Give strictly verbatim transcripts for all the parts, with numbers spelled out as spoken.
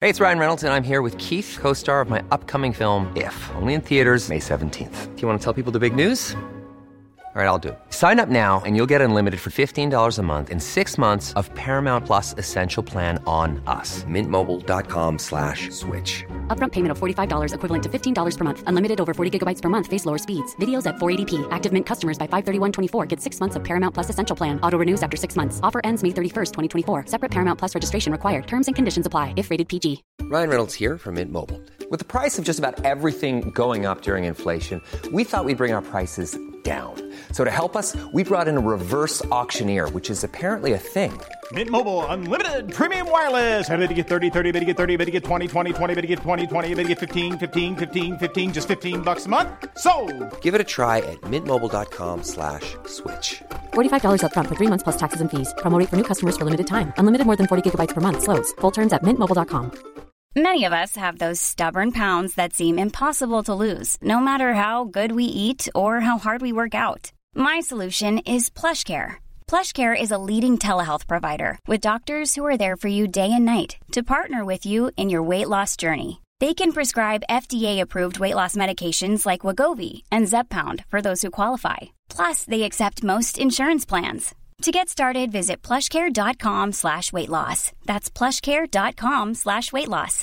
Hey, it's Ryan Reynolds, and I'm here with Keith, co-star of my upcoming film, If, only in theaters May seventeenth. Do you want to tell people the big news? All right, I'll do it. Sign up now and you'll get unlimited for fifteen dollars a month and six months of Paramount Plus Essential Plan on us. Mint Mobile dot com slash switch. Upfront payment of forty-five dollars equivalent to fifteen dollars per month. Unlimited over forty gigabytes per month. Face lower speeds. Videos at four eighty p. Active Mint customers by five thirty-one twenty-four get six months of Paramount Plus Essential Plan. Auto renews after six months. Offer ends May thirty-first, twenty twenty-four. Separate Paramount Plus registration required. Terms and conditions apply if rated P G. Ryan Reynolds here from Mint Mobile. With the price of just about everything going up during inflation, we thought we'd bring our prices down. So to help us, we brought in a reverse auctioneer, which is apparently a thing. Mint Mobile Unlimited Premium Wireless. How to get thirty, thirty, how to get thirty, how to get twenty, twenty, twenty, how to get twenty, twenty, how to get fifteen, fifteen, fifteen, fifteen, just fifteen bucks a month? Sold! Give it a try at mintmobile.com slash switch. forty-five dollars up front for three months plus taxes and fees. Promo rate for new customers for limited time. Unlimited more than forty gigabytes per month. Slows full terms at mint mobile dot com. Many of us have those stubborn pounds that seem impossible to lose, no matter how good we eat or how hard we work out. My solution is PlushCare. PlushCare is a leading telehealth provider with doctors who are there for you day and night to partner with you in your weight loss journey. They can prescribe F D A-approved weight loss medications like Wegovy and Zepbound for those who qualify. Plus, they accept most insurance plans. To get started, visit plushcare.com slash weight loss. That's plushcare.com slash weight loss.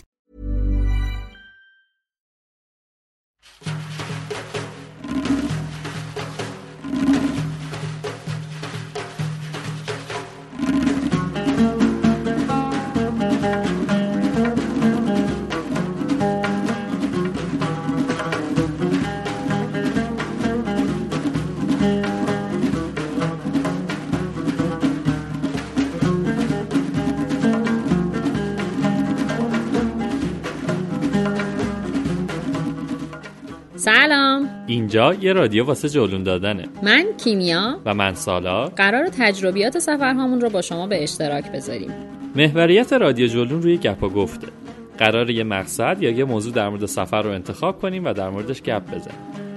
سلام. اینجا یه رادیو واسه جلون دادنه. من کیمیا و من سالا. قرار تجربیات سفرهامون رو با شما به اشتراک بذاریم. محوریت رادیو جلون روی گپ و گفته. قراره یه مقصد یا یه موضوع در مورد سفر رو انتخاب کنیم و در موردش گپ بزنیم.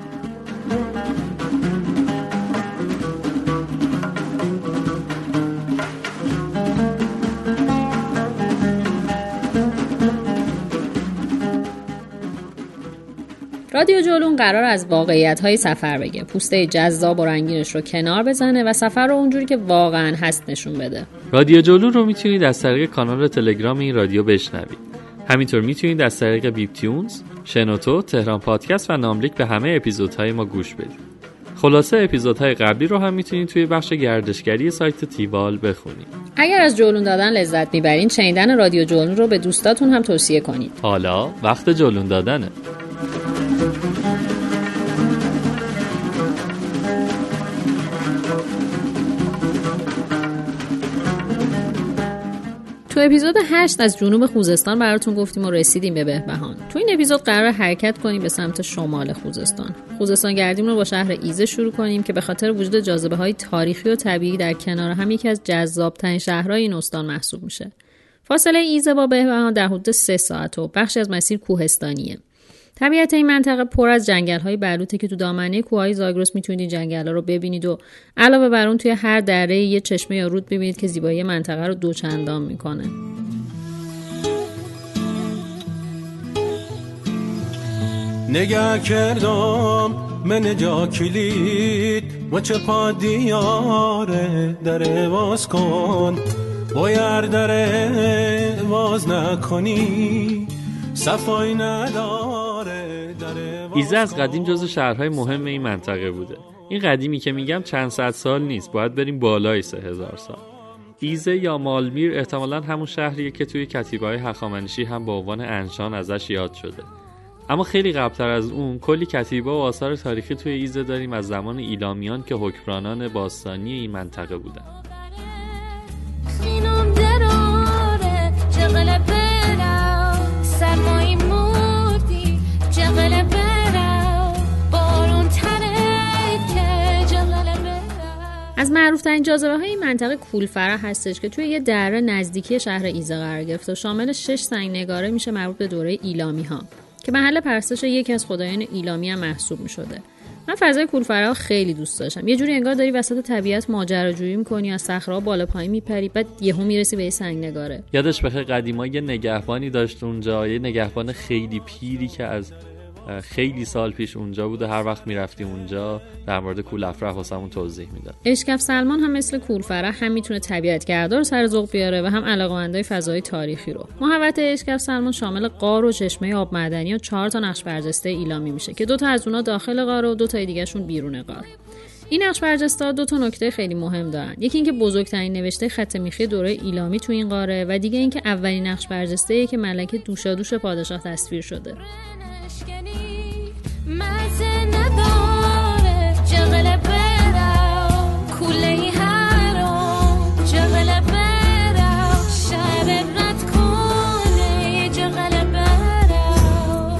رادیو جلون قرار از واقعیت‌های سفر بگه، پوسته جذاب و رنگینش رو کنار بزنه و سفر رو اونجوری که واقعاً هست نشون بده. رادیو جلون رو میتونید از طریق کانال تلگرام این رادیو بشنوید. همینطور میتونید از طریق بیپ تیونز، شنوتو، تهران پادکست و ناملیک به همه اپیزودهای ما گوش بدید. خلاصه اپیزودهای قبلی رو هم میتونید توی بخش گردشگری سایت تیوال بخونید. اگر از جلون دادن لذت میبرین، شنیدن رادیو جلون رو به دوستاتون هم توصیه کنید. حالا وقت جلون دادنه. تو اپیزود هشت از جنوب خوزستان براتون گفتیم و رسیدیم به بهبهان. تو این اپیزود قرار حرکت کنیم به سمت شمال خوزستان. خوزستان گردیم رو با شهر ایزه شروع کنیم که به خاطر وجود جاذبه‌های تاریخی و طبیعی در کنار هم یکی از جذاب‌ترین شهرهای این استان محسوب میشه. فاصله ایزه با بهبهان در حدود سه ساعت و بخشی از مسیر کوهستانیه. طبیعت این منطقه پر از جنگل‌های بلوطه که تو دامنه کوههای زاگرس میتونید این جنگل‌ها رو ببینید و علاوه بر اون توی هر دره یه چشمه یا رود ببینید که زیبایی منطقه رو دوچندان میکنه. نگاه کردم من جا کلید و چه پا دیاره در باز کن باید در باز نکنی صفای نداره در ایزه از قدیم جزو شهرهای مهم این منطقه بوده. این قدیمی که میگم چند صد سال نیست، باید بریم بالای سه هزار سال. ایزه یا مالمیر احتمالاً همون شهریه که توی کتیبه‌های هخامنشی هم با عنوان انشان ازش یاد شده. اما خیلی قبلتر از اون کلی کتیبه و آثار تاریخی توی ایزه داریم از زمان ایلامیان که حکمرانان باستانی این منطقه بودن. از معروف‌ترین جاذبه‌های این منطقه کولفره هستش که توی یه دره نزدیکی شهر ایزه قرار گرفته و شامل شش سنگ نگاره میشه مربوط به دوره ایلامی‌ها که محل پرستش یکی از خدایان ایلامی هم محسوب می‌شده. من فضای کولفرا خیلی دوست داشتم. یه جوری انگار داری وسط طبیعت ماجراجویی می‌کنی، از صخره‌ها بالا پایین میپری، بعد یهو میرسی به یه سنگ نگاره. یادش بخیر قدیما یه نگهبانی داشت اونجا، یه نگهبان خیلی پیری که از خیلی سال پیش اونجا بوده. هر وقت میرفتیم اونجا در مورد کولافرا واسمون توضیح میداد. اشکف سلمان هم مثل کولفرا هم میتونه طبیعتگردا رو سر ذوق بیاره و هم علاقه‌مندای فضای تاریخی رو. محوطه اشکف سلمان شامل غار و چشمه آب معدنی و چهار تا نقش برجسته ایلامی میشه که دو تا از اونها داخل غار و دو تا دیگه‌شون بیرون غار. این نقش برجسته دو تا نکته خیلی مهم دارن. یکی اینکه بزرگترین نوشته خط میخی دوره ایلامی تو این غاره و دیگه اینکه اولین نقش برجسته‌ای که ملکه دوشادوش پادشاه تصویر شده. مزه نداره جغل برم کوله هرم جغل برم شهر رد کنه جغل برم.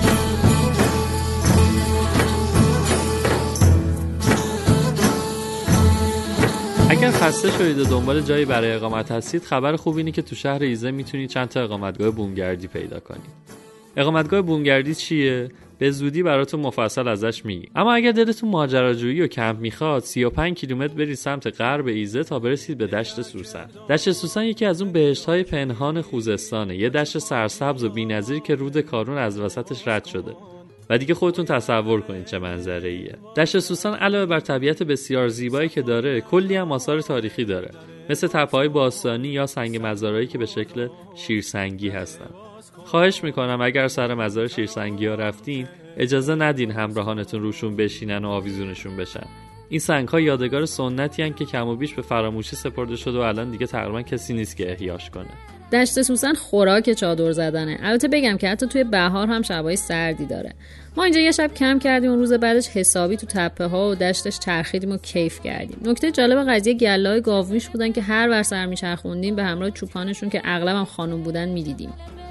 اگر خسته شدید و دنبال جایی برای اقامت هستید، خبر خوب اینه که تو شهر ایزه میتونید چند تا اقامتگاه بومگردی پیدا کنید. اقامتگاه بومگردی چیه؟ به زودی براتون مفصل ازش میگم. اما اگر دلتون ماجراجویی و کمپ میخواد، سی و پنج کیلومتر برید سمت غرب ایزه تا برسید به دشت سوسن. دشت سوسن یکی از اون بهشت‌های پنهان خوزستانه، یه دشت سرسبز و بی‌نظیر که رود کارون از وسطش رد شده. و دیگه خودتون تصور کنید چه منظره‌ایه. دشت سوسن علاوه بر طبیعت بسیار زیبایی که داره، کلی هم آثار تاریخی داره، مثل تپه‌های باستانی یا سنگ مزارایی که به شکل شیرسنگی هستن. خواهش میکنم اگر سر مزار شیرسنگی ها رفتین، اجازه ندین همراهانتون روشون بشینن و آویزونشون بشن. این سنگ ها یادگار سنتی هن که کم و بیش به فراموشی سپرده شده و الان دیگه تقریبا کسی نیست که احیاش کنه. دشت سوسن خوراک چادر زدنه. البته بگم که حتی توی بهار هم شبای سردی داره. ما اینجا یه شب کم کردیم و روز بعدش حسابی تو تپه ها و دشتش چرخیدیم و کیف کردیم. نکته جالب قضیه گله‌های گاومیش بودن که هر ور سر میچرخوندیم به همراه چوپانشون که اغلب هم خانم بودن میدیدیم.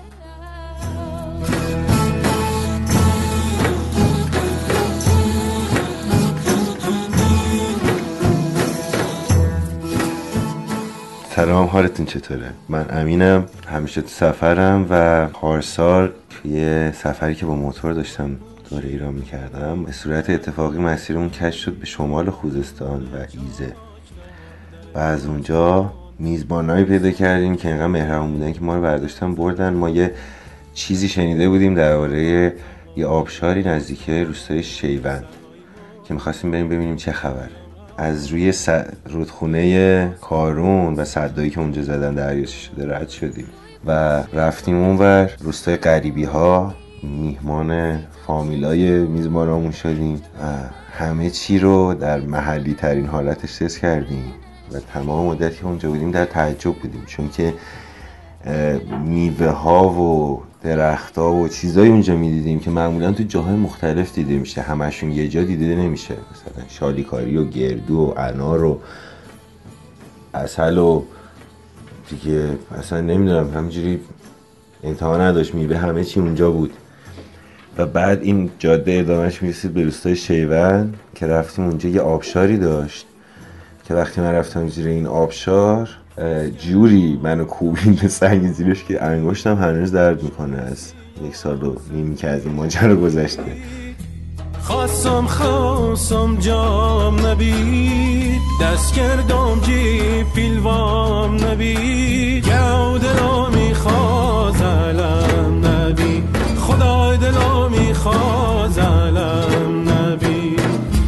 سلام، حالتون چطوره؟ من امینم، همیشه تو سفرم و پارسال توی سفری که با موتور داشتم دور ایران میکردم به صورت اتفاقی مسیرمون کش شد به شمال خوزستان و ایزه و از اونجا میزبانایی پیدا کردیم که اینقدر مهربون بودن که ما رو برداشتن بردن. ما یه چیزی شنیده بودیم درباره یه آبشاری نزدیک روستای شیوند که میخواستیم بریم ببینیم چه خبره. از روی س... رودخونه کارون و سدایی که اونجا زدن دریاچه شده رد شدیم و رفتیم اونور روستای غریبی ها، میهمان فامیلای میزبانامون شدیم و همه چی رو در محلی ترین حالتش تست کردیم و تمام مدتی که اونجا بودیم در تعجب بودیم، چون که میوه ها و درخت ها و چیزایی اونجا میدیدیم که معمولا تو جاهای مختلف دیده میشه، همشون یه جا دیده نمیشه. مثلا شالیکاری و گردو و انار و عسل و دیگه اصلا نمیدونم، همینجوری انتها نداشت، میوه همه چی اونجا بود. و بعد این جاده ادامهش میرسید به روستای شیوند که رفتیم اونجا یه آبشاری داشت که وقتی من رفتم زیر این آبشار جوری منو کوبین به سنگ زیرش که انگشتم هنوز درد میکنه از یک سال و نیمی که از این ماجرا گذشته. خواستم خواستم جام نبید دست کردم جی پیلوام نبید گو دلا میخواز علم نبید خدای دلا میخواز علم نبید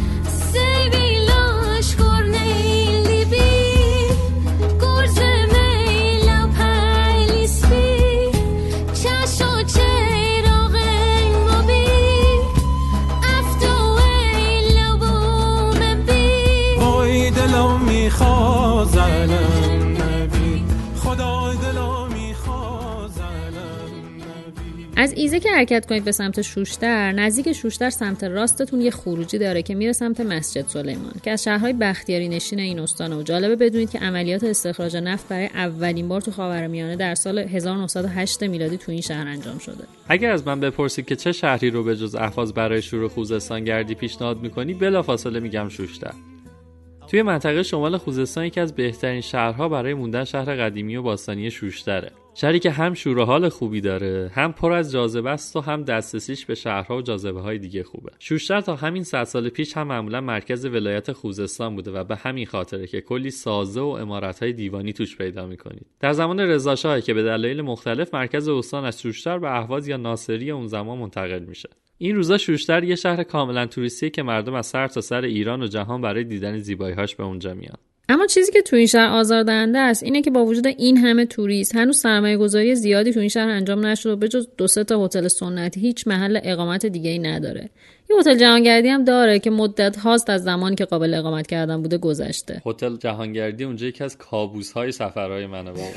از ایزه که حرکت کنید به سمت شوشتر، نزدیک شوشتر سمت راستتون یه خروجی داره که میره سمت مسجد سلیمان که از شهرهای بختیاری نشین این استانه. و جالبه بدونید که عملیات استخراج نفت برای اولین بار تو خاورمیانه در سال هزار و نهصد و هشت میلادی تو این شهر انجام شده. اگر از من بپرسید که چه شهری رو به جز اهواز برای شروع خوزستان گردی پیشنهاد میکنی، بلافاصله میگم شوشتر. توی منطقه شمال خوزستان یکی از بهترین شهرها برای موندن شهر قدیمی و باستانی شوشتره. شهری که هم شور و حال خوبی داره، هم پر از جاذبه است و هم دسترسیش به شهرها و جاذبه‌های دیگه خوبه. شوشتر تا همین صد سال پیش هم معمولا مرکز ولایت خوزستان بوده و به همین خاطره که کلی سازه و عمارت‌های دیوانی توش پیدا می‌کنید. در زمان رضا شاه که به دلایل مختلف مرکز استان از شوشتر به اهواز یا ناصری اون زمان منتقل میشه. این روزا شوشتر یه شهر کاملا توریستیه که مردم از سر تا سر ایران و جهان برای دیدن زیبایی‌هاش به اونجا میان. اما چیزی که تو این شهر آزاردهنده است اینه که با وجود این همه توریست هنوز سرمایه‌گذاری زیادی تو این شهر انجام نشده و به جز دو سه تا هتل سنتی هیچ محل اقامت دیگه‌ای نداره. یه هتل جهانگردی هم داره که مدت هاست از زمانی که قابل اقامت کردن بوده گذشته. هتل جهانگردی اونجا یکی از کابوس‌های سفرهای منه واقعا.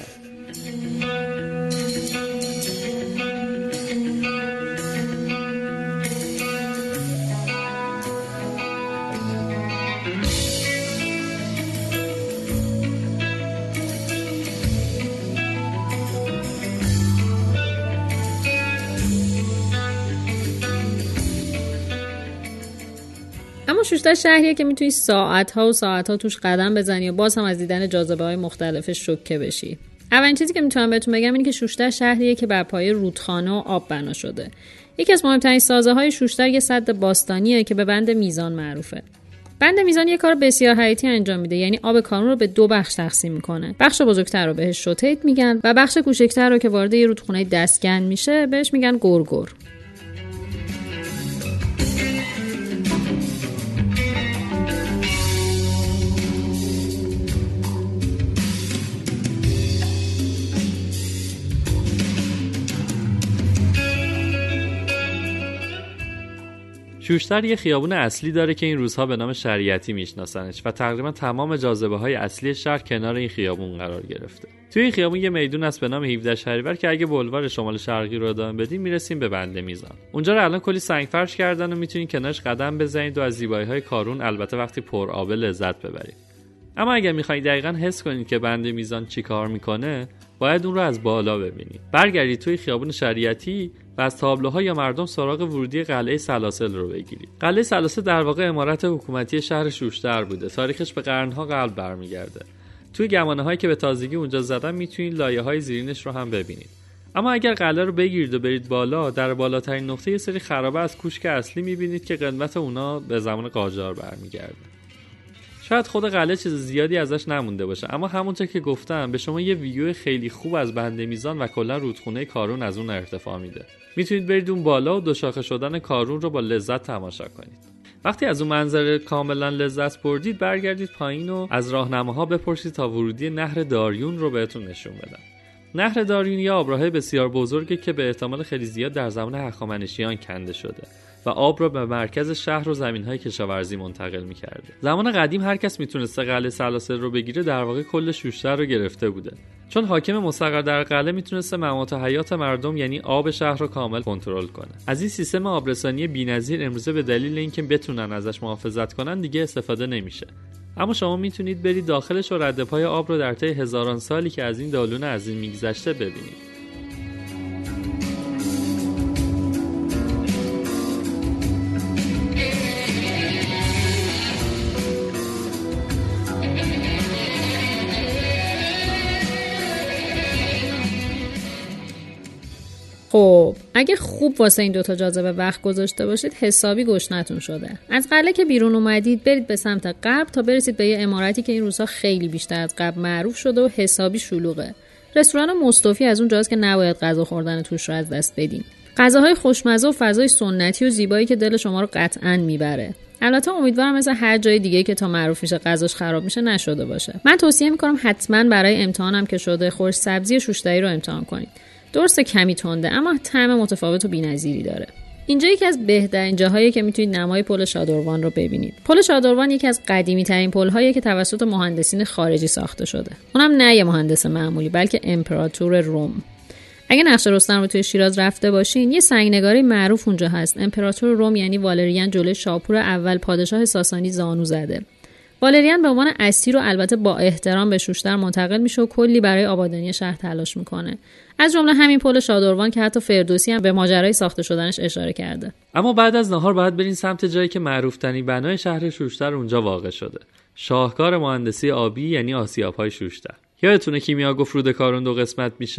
اما شوشتر شهریه که میتونی ساعت‌ها و ساعت‌ها توش قدم بزنی و باز هم از دیدن جاذبه‌های مختلفش شوکه بشی. اولین چیزی که میتونم بهتون بگم اینه که شوشتر شهریه که بر پایه رودخانه و آب بنا شده. یکی از مهمترین سازه‌های شوشتر یه سد باستانیه که به بند میزان معروفه. بند میزان یه کار بسیار حیاتی انجام میده، یعنی آب کانون رو به دو بخش تقسیم میکنه. بخش بزرگتر رو بهش شوتیت میگن و بخش کوچکتر رو که وارد یه رودخونه دستگند میشه بهش میگن گرگر. شوشتر یه خیابون اصلی داره که این روزها به نام شریعتی میشناسنش و تقریبا تمام جاذبه‌های اصلی شهر کنار این خیابون قرار گرفته. توی این خیابون یه میدون هست به نام هفده شهریور که اگه بلوار شمال شرقی رو ادامه بدیم میرسیم به بند میزان. اونجا رو الان کلی سنگ فرش کردن و میتونید کنارش قدم بزنید و از زیبایی‌های کارون، البته وقتی پر آب، لذت ببرید. اما اگه میخواید دقیقاً حس کنید که بند میزان چیکار میکنه، باید اون رو از بالا ببینید. برگردید توی خیابون شریعتی و از تابلوها یا مردم سراغ ورودی قلعه سلاسل رو بگیرید. قلعه سلاسل در واقع عمارت حکومتی شهر شوشتر بوده. تاریخش به قرنها قبل برمیگرده. توی گمانه‌هایی که به تازگی اونجا زدن میتونید لایه‌های زیرینش رو هم ببینید. اما اگر قلعه رو بگیرید و برید بالا، در بالاترین نقطه یه سری خرابه از کوشک اصلی میبینید که قدمت اونا به زمان قاجار برمیگرده. شاید خود قلعه چیز زیادی ازش نمونده باشه، اما همونطور که گفتم به شما یه ویو خیلی خوب از بند میزان و کلا رودخونه کارون از اون ارتفاع میده. میتونید برید اون بالا و دو شاخه شدن کارون رو با لذت تماشا کنید. وقتی از اون منظره کاملا لذت بردید، برگردید پایین و از راهنماها بپرسید تا ورودی نهر داریون رو بهتون نشون بدن. نهر داریون یه آبراهه بسیار بزرگه که به احتمال خیلی زیاد در زمان هخامنشیان کنده شده و آب را به مرکز شهر و زمین‌های کشاورزی منتقل می‌کرده. زمان قدیم هر کس میتونسته قلعه سلاسل رو بگیره، در واقع کل شوشتر رو گرفته بوده. چون حاکم مستقر در قلعه میتونسته ممات حیات مردم یعنی آب شهر رو کامل کنترل کنه. از این سیستم آبرسانی بی‌نظیر امروزه به دلیل اینکه بتونن ازش محافظت کنن دیگه استفاده نمیشه. اما شما میتونید برید داخلش و رد پای آب رو در طی هزاران سالی که از این دالون عظیم میگذشته ببینید. خب اگه خوب واسه این دوتا جاذبه وقت گذاشته باشید حسابی گشنتون شده. از قلعه که بیرون اومدید برید به سمت غرب تا برسید به یه عمارتی که این روزها خیلی بیشتر از قبل معروف شده و حسابی شلوغه. رستوران مصطفی از اون جاست که نباید غذا خوردن توش رو از دست بدین. غذاهای خوشمزه و فضای سنتی و زیبایی که دل شما رو قطعاً میبره. البته امیدوارم مثل هر جای دیگه که تا معروف میشه غذاش خراب میشه نشده باشه. من توصیه میکنم حتما برای امتحانم که شده خورش سبزی شوشتری رو امتحان کنید. درسته کمی تنده اما طعم متفاوت و بی‌نظیری داره. اینجا یکی از بهترین جاهاییه که میتونید نمای پل شادروان رو ببینید. پل شادروان یکی از قدیمی ترین پل‌هاییه که توسط مهندسین خارجی ساخته شده. اونم نه یه مهندس معمولی بلکه امپراتور روم. اگه نقش رستم رو توی شیراز رفته باشین، یه سنگنگاری معروف اونجا هست. امپراتور روم یعنی والریان جلوی شاپور اول پادشاه ساسانی زانو زده. والریان به عنوان اسیر و البته با احترام به شوشتر منتقل میشه و کلی برای آبادانی شهر تلاش میکنه. از جمله همین پل شادروان که حتی فردوسی هم به ماجرای ساخته شدنش اشاره کرده. اما بعد از نهار باید برین سمت جایی که معروف‌ترین بنای شهر شوشتر اونجا واقع شده. شاهکار مهندسی آبی یعنی آسیاب‌های شوشتر. یادتونه کیمیا گفت رود کارون دو قسمت میشه؟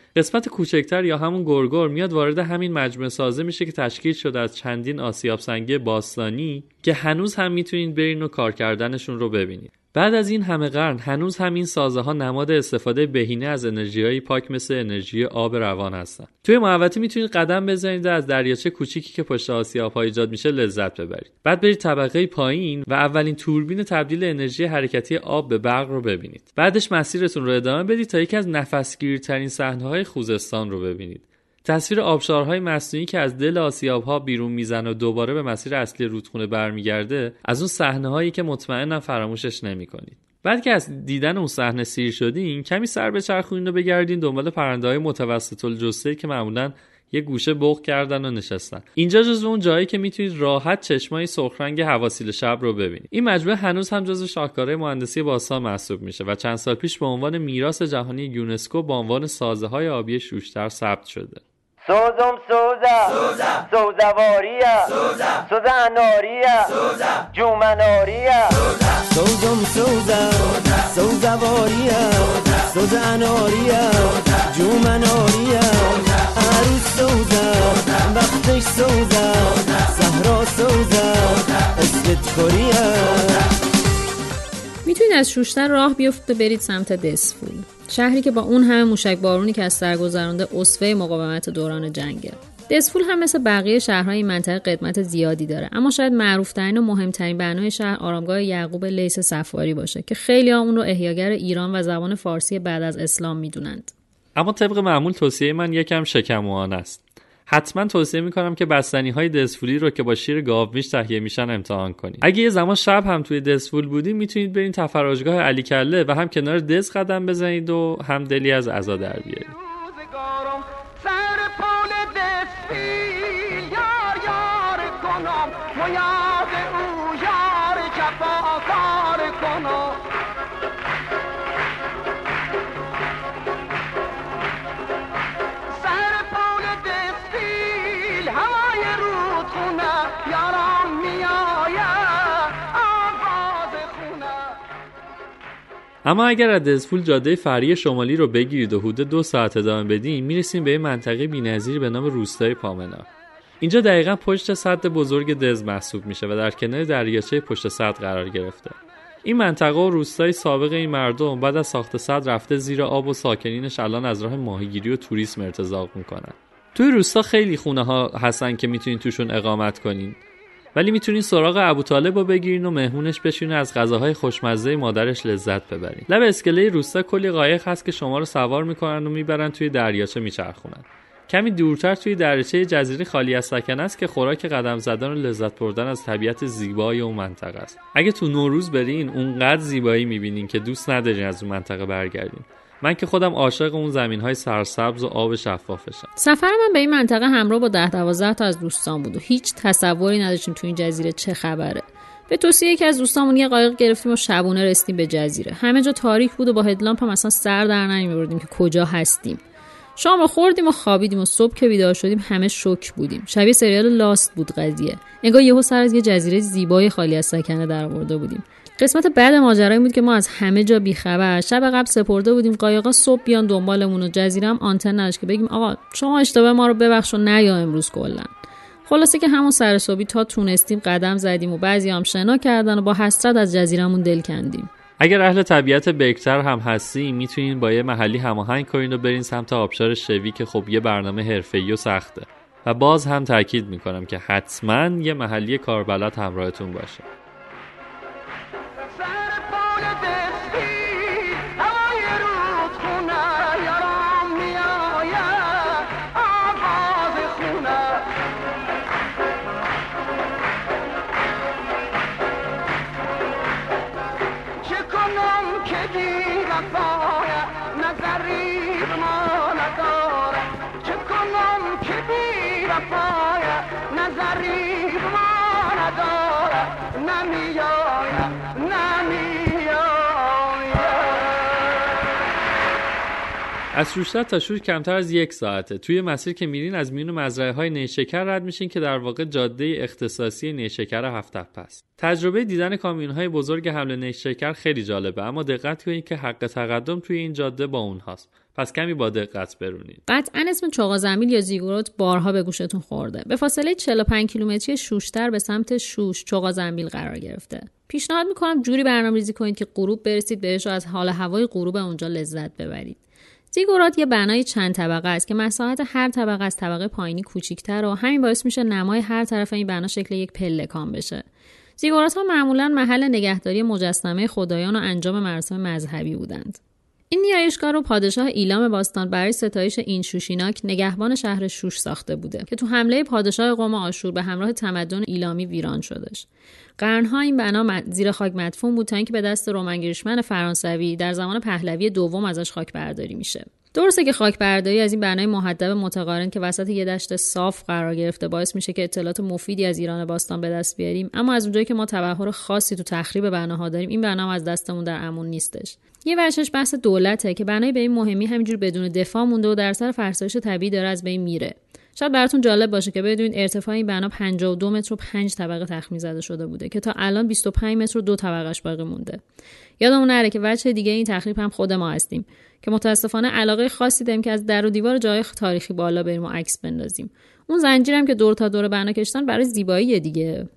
قسمت کوچکتر یا همون گرگر میاد وارد همین مجموعه سازه میشه که تشکیل شده از چندین آسیاب سنگی باستانی که هنوز هم میتونید برین و کار کردنشون رو ببینید. بعد از این همه قرن هنوز همین سازه ها نماد استفاده بهینه از انرژی‌های پاک مثل انرژی آب روان هستن. توی محوطه میتونید قدم بزنید و از دریاچه کوچیکی که پشت آسیاب‌ها ایجاد میشه لذت ببرید. بعد برید طبقه پایین و اولین توربین تبدیل انرژی حرکتی آب به برق رو ببینید. بعدش مسیرتون رو ادامه بدید تا یکی از نفسگیرترین صحنه‌های خوزستان رو ببینید. تصویر آبشارهای مصنوعی که از دل آسیاب‌ها بیرون میزنه و دوباره به مسیر اصلی رودخونه برمیگرده، از اون صحنه‌هایی که مطمئنم فراموشش نمی‌کنید. بعد که از دیدن اون صحنه سیر شدین، کمی سر بچرخونین و بگردین دنبال پرنده‌های متوسط الجثه که معمولاً یه گوشه بوق کردن و نشستن. اینجا جزو اون جایی که میتونید راحت چشمای سرخ رنگ حواسیل شب رو ببینید. این مجموعه هنوز هم جزو شاهکارهای مهندسی باستان محسوب میشه و چند سال پیش به عنوان میراث جهانی یونسکو با عنوان سازه‌های آبی شوشتر ثبت شده. سوزم سوزا سوزا سوزواریا سوزا سوزا اناریا سوزا جومناریا سوزم سوزا سوزواریا سوزا اناریا جومناریا عروس سوزا وقتش سوزا صحرا سوزا اسمت کوریا. میتونید از شوشتر راه بیفتید و برید سمت دسفول، شهری که با اون همه موشک بارونی که از سر گذرونده اسوه مقاومت دوران جنگه. دسفول هم مثل بقیه شهرهای این منطقه قدمت زیادی داره، اما شاید معروف‌ترین و مهمترین بنای شهر آرامگاه یعقوب لیث صفاری باشه که خیلی ها اون رو احیاگر ایران و زبان فارسی بعد از اسلام میدونند. اما طبق معمول توصیه من یکم شکموانه است. حتما توصیه میکنم که بستنی‌های دسفولی رو که با شیر گاومیش تهیه میشن امتحان کنید. اگه یه زمان شب هم توی دسفول بودین میتونید برین تفرجگاه علی کله و هم کنار دز قدم بزنید و هم دلی از عزا در بیارید. اما اگر از دسفول جاده فرعی شمالی رو بگیرید و حدود دو ساعت ادامه بدین، میرسیم به یه منطقه بی‌نظیر به نام روستای پامنار. اینجا دقیقاً پشت سد بزرگ دز محسوب میشه و در کنار دریاچه پشت سد قرار گرفته. این منطقه و روستای سابق این مردم بعد از ساخت سد رفته زیر آب و ساکنینش الان از راه ماهیگیری و توریسم ارتزاق میکنن. توی روستا خیلی خونه ها هستن که میتونین توشون اقامت کنین، ولی میتونین سراغ ابوطالب رو بگیرین و مهمونش بشین و از غذاهای خوشمزه مادرش لذت ببرین. لب اسکله روستا کلی قایق هست که شما رو سوار میکنن و میبرن توی دریاچه میچرخونن. کمی دورتر توی دریاچه جزیره خالی از سکنه است که خوراک قدم زدن و لذت بردن از طبیعت زیبای اون منطقه است. اگه تو نوروز برین اونقدر زیبایی میبینین که دوست ندارین از اون منطقه برگردین. من که خودم عاشق اون زمین‌های سرسبز و آب شفافشم. سفر من به این منطقه همراه با ده دوازده تا از دوستان بود و هیچ تصوری نداشتیم تو این جزیره چه خبره. به توصیه یکی از دوستامون یه قایق گرفتیم و شبونه رسیدیم به جزیره. همه جا تاریک بود و با هدلامپ هم اصلا سر در نمی‌بردیم که کجا هستیم. شام رو خوردیم و خوابیدیم و صبح که بیدار شدیم همه شوک بودیم. شبیه سریال لاست بود قضیه. انگار یهو سر از یه جزیره زیبای خالی از سکنه درآورده بودیم. قسمت بعد ماجرایی بود که ما از همه جا بیخبر شب قبل سپرده بودیم قایقا صبح بیان دنبالمون و جزیره هم آنتن نداشت که بگیم آقا شما اشتباه ما رو ببخش و نیا امروز کلا. خلاصه که همون سر صبحی تا تونستیم قدم زدیم و بعضی هم شنا کردن و با حسرت از جزیرمون دل کندیم. اگر اهل طبیعت بکتر هم هستین میتونین با یه محلی هماهنگ کنین و برین سمت آبشار شوی که خب یه برنامه حرفه‌ای و سخته و باز هم تاکید میکنم که حتما یه محلی کاربلد همراهتون باشه. از شوشتر تا شور کمتر از یک ساعته. توی مسیر که میرین از میون مزرعه‌های نیشکر رد میشین که در واقع جاده اختصاصی نیشکر هفت تپه است. تجربه دیدن کامیون‌های بزرگ حمل نیشکر خیلی جالبه، اما دقت کنید که حق تقدم توی این جاده با اونهاست. پس کمی با دقت برونید. قطعاً اسم چغازنبیل یا زیگورات بارها به گوشتون خورده. به فاصله چهل و پنج کیلومتری شوشتر به سمت شوش چغازنبیل قرار گرفته. پیشنهاد میکنم جوری برنامه‌ریزی کنید که غروب برسید بهش و از حال هوای غروب اونجا لذت ببرید. زیگورات یه بنای چند طبقه است که مساحت هر طبقه از طبقه پایینی کوچیک‌تر و همین باعث میشه نمای هر طرف این بنا شکل یک پلکان بشه. زیگورات‌ها معمولاً محل نگهداری مجسمه خدایان و انجام مراسم مذهبی بودند. این نیایشگاه رو پادشاه ایلام باستان برای ستایش این شوشیناک نگهبان شهر شوش ساخته بوده که تو حمله پادشاه قوم آشور به همراه تمدن ایلامی ویران شدش. قرنها این بنا زیر خاک مدفون بود تا اینکه به دست رومنگریشمن فرانسوی در زمان پهلوی دوم ازش خاک برداری میشه. درسته که خاک برداری از این بنای مهدب متقارن که وسط یه دشت صاف قرار گرفته باعث میشه که اطلاعات مفیدی از ایران باستان به دست بیاریم، اما از اونجایی که ما تبحر خاصی تو تخریب بناها داریم این بنا از دستمون در امان نیستش. یه ورشش بحث دولته که بنای به این مهمی همینجور بدون دفاع مونده و در سر فرسایش طبیعی داره از بین میره. شاید براتون جالب باشه که بدونید ارتفاع این بنا پنجاه و دو متر و پنج طبقه تخمین زده شده بوده که تا الان بیست و پنج متر و دو طبقهش باقی مونده. یادمون نره که وجه دیگه این تخریب هم خود ما هستیم که متاسفانه علاقه خاصی داریم که از در و دیوار جای تاریخی بالا بریم و عکس بندازیم. اون زنجیرم که دور تا دور بنا کشتن برای زیبایی دیگه.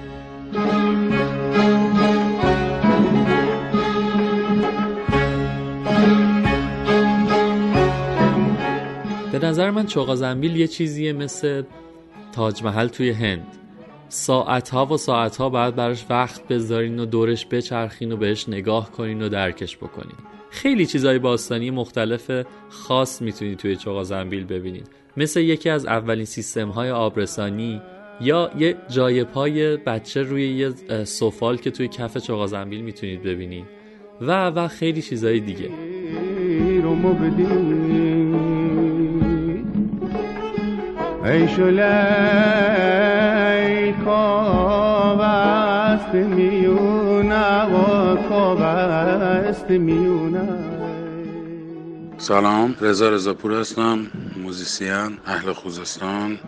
به نظر من چغازنبیل یه چیزیه مثل تاج محل توی هند. ساعتها و ساعتها بعد براش وقت بذارین و دورش بچرخین و بهش نگاه کنین و درکش بکنین. خیلی چیزای باستانی مختلف خاص میتونید توی چغازنبیل ببینید، مثل یکی از اولین سیستم‌های آبرسانی یا یه جای پای بچه روی یه سفال که توی کف چغازنبیل میتونید ببینید و و خیلی چیزای دیگه. ای شلی خواب است میونه و خواب است میونه. سلام، رضا رضاپور هستم، موزیسین اهل خوزستان.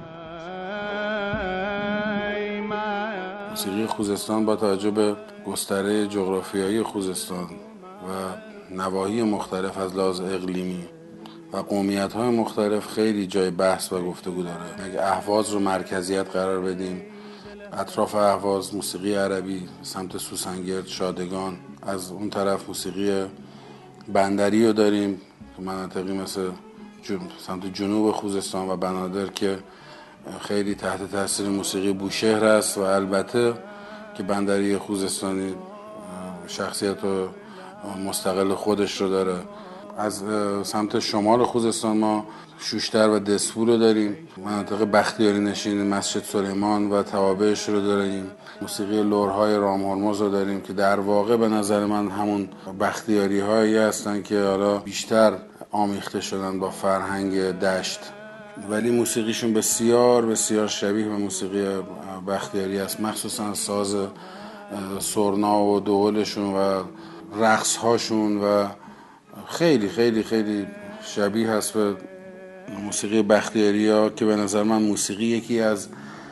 موسیقی خوزستان با توجه به گستره جغرافیایی خوزستان و نواحی مختلف از لحاظ اقلیمی و قومیت‌های مختلف خیلی جای بحث و گفتگو داره. اگه اهواز رو مرکزیت قرار بدیم، اطراف اهواز موسیقی عربی، سمت سوسنگرد، شادگان، از اون طرف موسیقی بندری رو داریم تو مناطقی مثل جن... سمت جنوب خوزستان و بنادر که خیلی تحت تاثیر موسیقی بوشهر است و البته که بندری خوزستانی شخصیت مستقل خودش رو داره. از سمت شمال خوزستان ما شوشتر و دسفول رو داریم، مناطق بختیاری نشین مسجد سلیمان و توابعش رو داریم، موسیقی لرهای رام هرمز رو داریم که در واقع به نظر من همون بختیاری هایی هستن که حالا بیشتر آمیخته شدن با فرهنگ دشت، ولی موسیقیشون بسیار بسیار شبیه به موسیقی بختیاری است، مخصوصا ساز سرنا و دهلشون و رقص هاشون و خیلی خیلی خیلی شبیه هست به موسیقی بختیاری ها که به نظر من موسیقی یکی از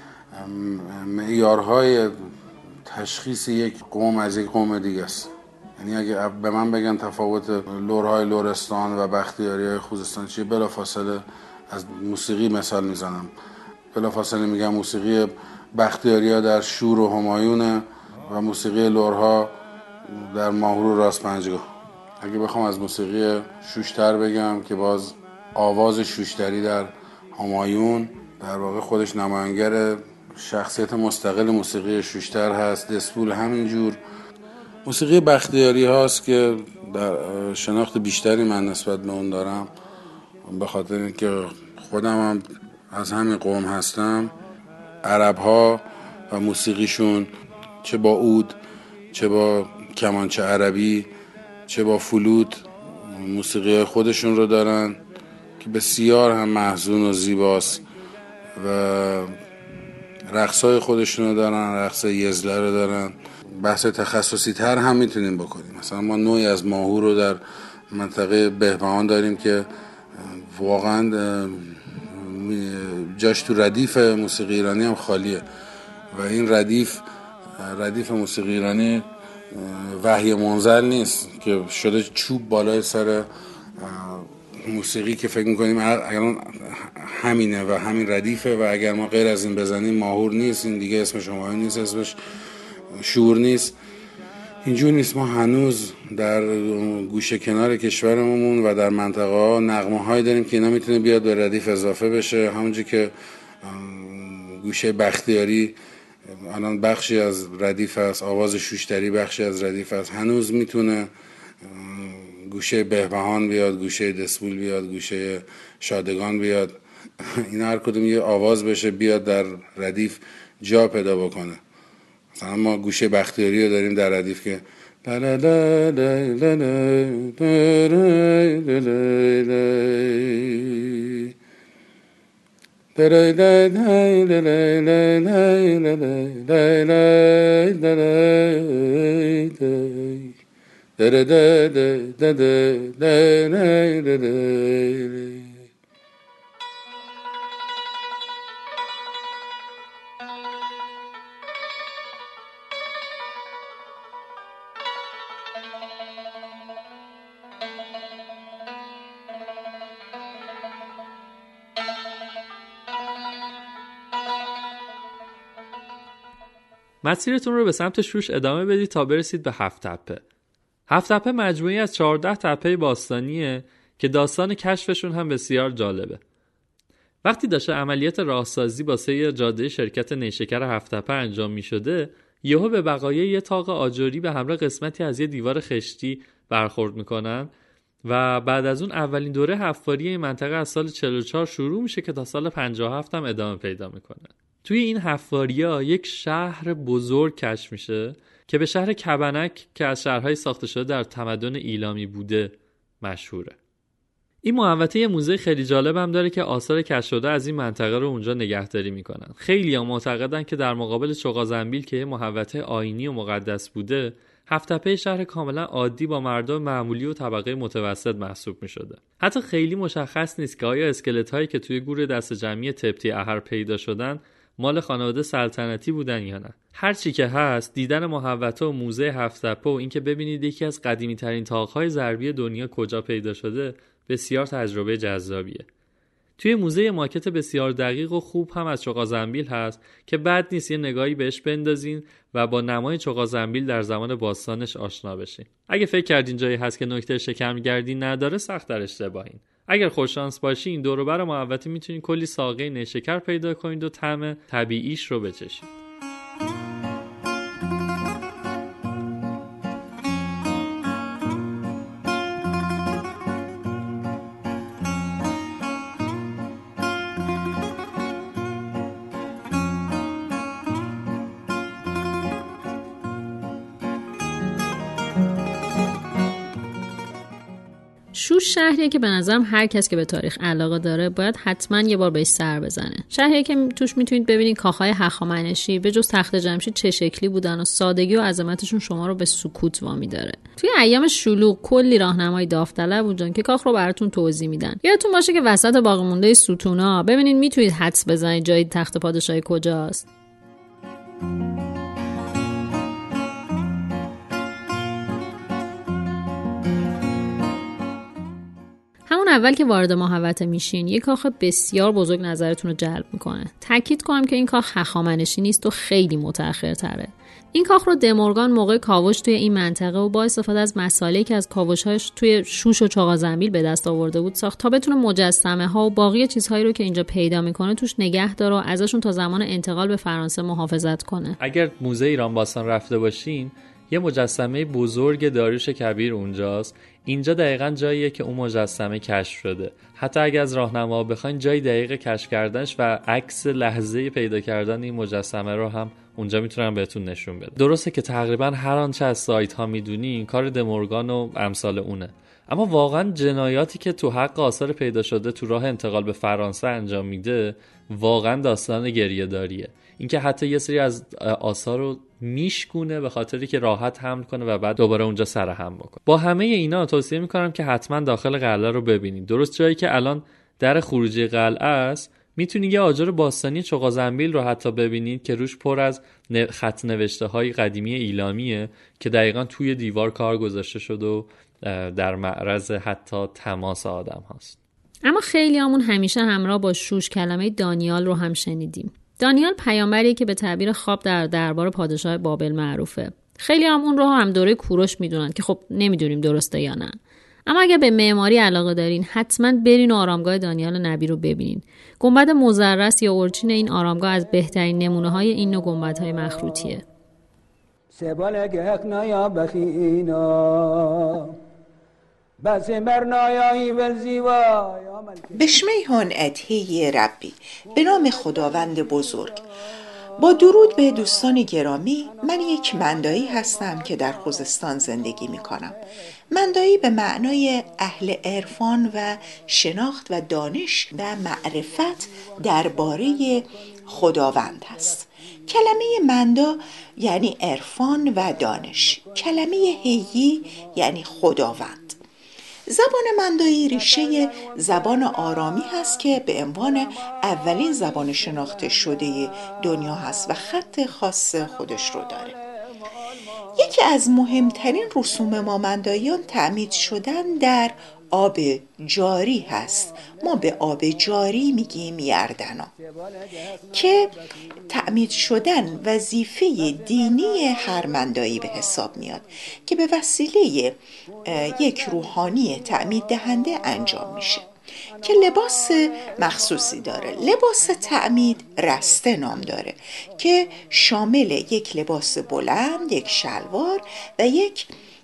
معیارهای تشخیص یک قوم از یک قوم دیگه است. یعنی اگه به من بگن تفاوت لرهای لرستان و بختیاری های خوزستان چیه، بلافاصله از موسیقی مثال میزنم، بلافاصله میگم موسیقی بختیاری ها در شور و همایونه و موسیقی لرها در ماهور و راست پنجگاه. اگه بخوام از موسیقی شوشتر بگم که باز آواز شوشتری در همایون در واقع خودش نماینگر شخصیت مستقل موسیقی شوشتر هست. دسفول همینجور. موسیقی بختیاری هاست که در شناخت بیشتری من نسبت به اون دارم، به خاطر اینکه خودم هم از همین قوم هستم. عرب ها و موسیقیشون چه با عود، چه با کمانچه عربی، چه با فلوت موسیقی خودشون رو دارن که بسیار هم محزون و زیباست و رقصای خودشون رو دارن، رقص یزله رو دارن. بحث تخصصی تر هم میتونیم بکنیم، مثلا ما نوعی از ماهور رو در منطقه بهبهان داریم که واقعا جاش تو ردیف موسیقی ایرانی هم خالیه و این ردیف ردیف موسیقی ایرانی وحی منزل نیست که شده چوب بالای سر موسیقی که فکر میکنیم الان همینه و همین ردیفه و اگر ما غیر از این بزنیم ماهور نیست، این دیگه اسم شما نیست، اسمش شور نیست. اینجور نیست. ما هنوز در گوشه کنار کشورمون و در منطقه ها نغمه هایی داریم که اینا میتونه بیاد به ردیف اضافه بشه. همونجور که گوشه بختیاری الان بخشی از ردیف است، آواز شوشتری بخشی از ردیف است، هنوز میتونه گوشه بهبهان بیاد، گوشه دسبول بیاد، گوشه شادگان بیاد. این هر کدوم یه آواز بشه بیاد در ردیف جا پیدا بکنه. مثلا ما گوشه بختیاری رو داریم در ردیف که مسیرتون رو به سمت شوش ادامه بدید تا برسید به هفت تپه. هفت تپه مجموعی از چهارده تپه باستانیه که داستان کشفشون هم بسیار جالبه. وقتی داشته عملیات راهسازی واسه جاده شرکت نیشکر هفت تپه انجام می شده، یهو به بقایای یه طاق آجری به همراه قسمتی از یه دیوار خشتی برخورد میکنن و بعد از اون اولین دوره حفاری این منطقه از سال چهل و چهار شروع میشه که تا سال پنجاه و هفت هم ادامه پیدا میکنه. توی این حفاری‌ها یک شهر بزرگ کشف میشه که به شهر کبنک که از شهرهای ساخته شده در تمدن ایلامی بوده مشهوره. این محوطه یه موزه خیلی جالب هم داره که آثار کشف شده از این منطقه رو اونجا نگهداری میکنن. خیلی‌ها معتقدن که در مقابل چغازنبیل که یه محوطه آیینی و مقدس بوده، هفت تپه شهر کاملا عادی با مردم معمولی و طبقه متوسط محسوب میشده. حتی خیلی مشخص نیست که آیا اسکلت‌هایی که توی گور دست جمعی تبتی احر پیدا شدن مال خانواده سلطنتی بودن یا نه. هر چی که هست، دیدن محوطه و موزه هفت تپه و اینکه ببینید یکی از قدیمی ترین طاق‌های ضربی دنیا کجا پیدا شده بسیار تجربه جذابیه. توی موزه ماکت بسیار دقیق و خوب هم از چغازنبیل هست که بد نیست یه نگاهی بهش بندازین و با نمای چغازنبیل در زمان باستانش آشنا بشین. اگه فکر کردین جایی هست که نکته شکمگردی نداره، سخت در اشتباهین. اگر خوششانس باشین دور و بر محوطه میتونین کلی ساقه نیشکر پیدا کنید و طعم طبیعیش رو بچشید. شوش شهریه که به نظرم هر کس که به تاریخ علاقه داره باید حتما یه بار بهش سر بزنه. شهریه که توش میتونید ببینید کاخهای هخامنشی به جز تخت جمشید چه شکلی بودن و سادگی و عظمتشون شما رو به سکوت وامی داره. توی ایام شلوغ کلی راهنمای داوطلب بودن که کاخ رو براتون توضیح میدن. یادتون باشه که وسط باقی مونده ستونا ببینید میتونید حدس بزنید جای تخت پادشاهی کجاست. اول که وارد محوطه میشین یک کاخ بسیار بزرگ نظرتون رو جلب میکنه. تاکید کنم که این کاخ هخامنشی نیست و خیلی متأخرتره. این کاخ رو دمورگان موقع کاوش توی این منطقه و با استفاده از مساله‌ای که از کاوش‌هاش توی شوش و چغازنبیل به دست آورده بود ساخت تا بتونه مجسمه ها و باقی چیزهایی رو که اینجا پیدا میکنه توش نگه داره و ازشون تا زمان انتقال به فرانسه محافظت کنه. اگر موزه ایران باستان رفته باشین یه مجسمه بزرگ داریوش کبیر اونجاست. اینجا دقیقاً جاییه که اون مجسمه کشف شده. حتی اگه از راهنما بخواین جای دقیق کشف کردنش و عکس لحظه پیدا کردن این مجسمه رو هم اونجا میتونم بهتون نشون بدم. درسته که تقریباً هر آنچه از سایت ها میدونین کار دمورگان و امثال اونه، اما واقعاً جنایاتی که تو حق آثار پیدا شده تو راه انتقال به فرانسه انجام میده واقعاً داستان گریه داریه. اینکه حتی یه سری از آثار رو میشکونه به خاطری که راحت حمل کنه و بعد دوباره اونجا سرهم بکنه. با همه اینا توصیه میکنم که حتما داخل قلعه رو ببینید. درست جایی که الان در خروجی قلعه است میتونید یه آجر باستانی چغازنبیل رو حتی ببینید که روش پر از خط نوشته های قدیمی ایلامیه که دقیقاً توی دیوار کار گذاشته شده و در معرض حتی تماس آدم هاست. اما خیلی همون همیشه همراه با شوش کلمه دانیال رو هم شنیدیم. دانیال پیامبریه که به تعبیر خواب در دربار پادشاه بابل معروفه. خیلی هم اون رو هم دوره کوروش میدونن که خب نمیدونیم درسته یا نه. اما اگر به معماری علاقه دارین حتما برین و آرامگاه دانیال نبی رو ببینین. گنبد مزرس یا اورچین این آرامگاه از بهترین نمونه های این نوع گنبدهای مخروطیه. بشمیهان ادهی ربی، به نام خداوند بزرگ. با درود به دوستان گرامی، من یک مندایی هستم که در خوزستان زندگی می کنم. مندایی به معنای اهل عرفان و شناخت و دانش و معرفت درباره خداوند هست. کلمه مندا یعنی عرفان و دانش. کلمه هیی یعنی خداوند. زبان مندایی ریشه زبان آرامی هست که به عنوان اولین زبان شناخته شده دنیا هست و خط خاص خودش رو داره. یکی از مهمترین رسوم ما منداییان تعمید شدن در آب جاری هست. ما به آب جاری میگیم یردنا، که تعمید شدن وظیفه دینی هر مندایی به حساب میاد که به وسیله یک روحانی تعمید دهنده انجام میشه که لباس مخصوصی داره. لباس تعمید رسته نام داره که شامل یک لباس بلند، یک شلوار و یک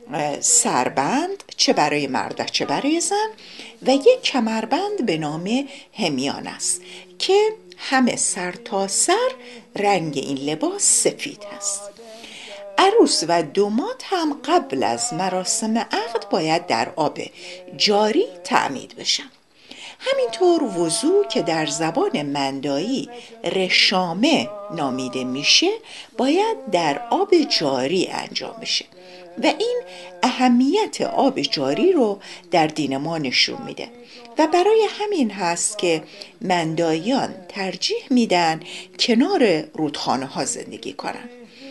سربند، چه برای مرد و چه برای زن، و یک کمربند به نام همیان است که همه سر تا سر رنگ این لباس سفید هست. عروس و داماد هم قبل از مراسم عقد باید در آب جاری تعمید بشن. همینطور وضو که در زبان مندایی رشامه نامیده میشه باید در آب جاری انجام بشه و این اهمیت آب جاری رو در دین ما نشون میده و برای همین هست که منداییان ترجیح میدن کنار رودخانه ها زندگی کنن.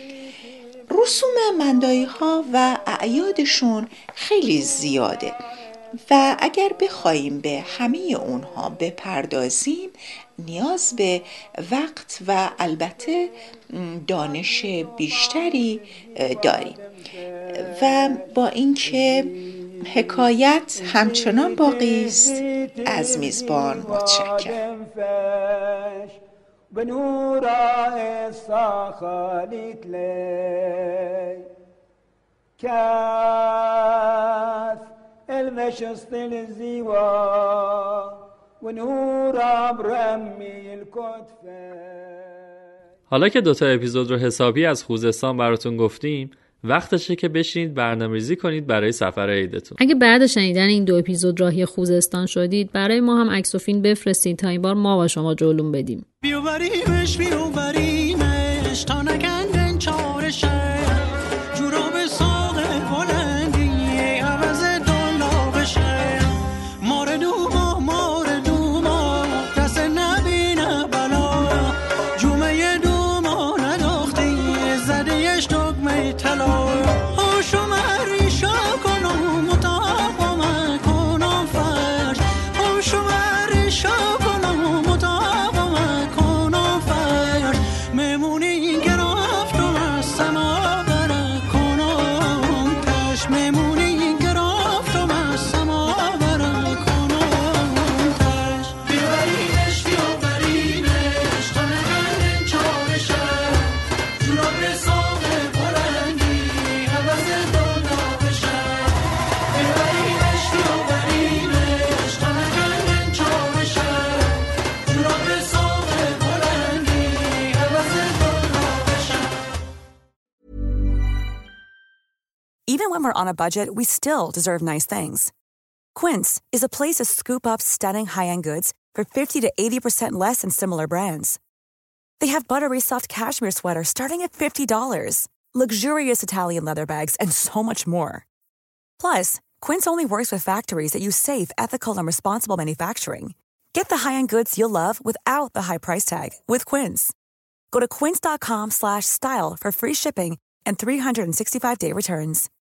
رسوم مندایی ها و اعیادشون خیلی زیاده و اگر بخوایم به همه اونها بپردازیم نیاز به وقت و البته دانش بیشتری داریم و با اینکه حکایت همچنان باقی است، از میزبان متشکرم. النشست الزیوا و نور ابرمی الکتفه. حالا که دوتا اپیزود رو حسابی از خوزستان براتون گفتیم، وقتشه که بشینید برنامه‌ریزی کنید برای سفر عیدتون. اگه بعد شنیدن این دو اپیزود راهی خوزستان شدید، برای ما هم عکس و فیلم بفرستید تا این بار ما با شما جلوم بدیم. بیوبریمش بیوبریمش تا نکندن چارشه جورا به ساق بلندی عوض دلا بشه مار دوما مار دوما دست نبینه بلا جومه دوما نداختی زدیش دگمه طلا هاشو مریشا کنم مطاقم کنم فرش هاشو مریشا کنم مطاقم کنم فرش ممونی گرفتم از سما بره کنم تش ممونی گرفتم از سما بره کنم تش بیبرینش بیبرینش تا نگردن چارشه جورا به ساق بلندی عوض دلا بشه بیبرینش بیبرینش تا نگردن چارشه جورا به ساق بلندی عوض دلا بشه. Even when we're on a budget, we still deserve nice things. Quince is a place to scoop up stunning high-end goods for fifty to eighty percent less than similar brands. They have buttery soft cashmere sweaters starting at fifty dollars, luxurious Italian leather bags, and so much more. Plus, Quince only works with factories that use safe, ethical, and responsible manufacturing. Get the high-end goods you'll love without the high price tag with Quince. Go to quince.com slash style for free shipping and three hundred sixty-five day returns.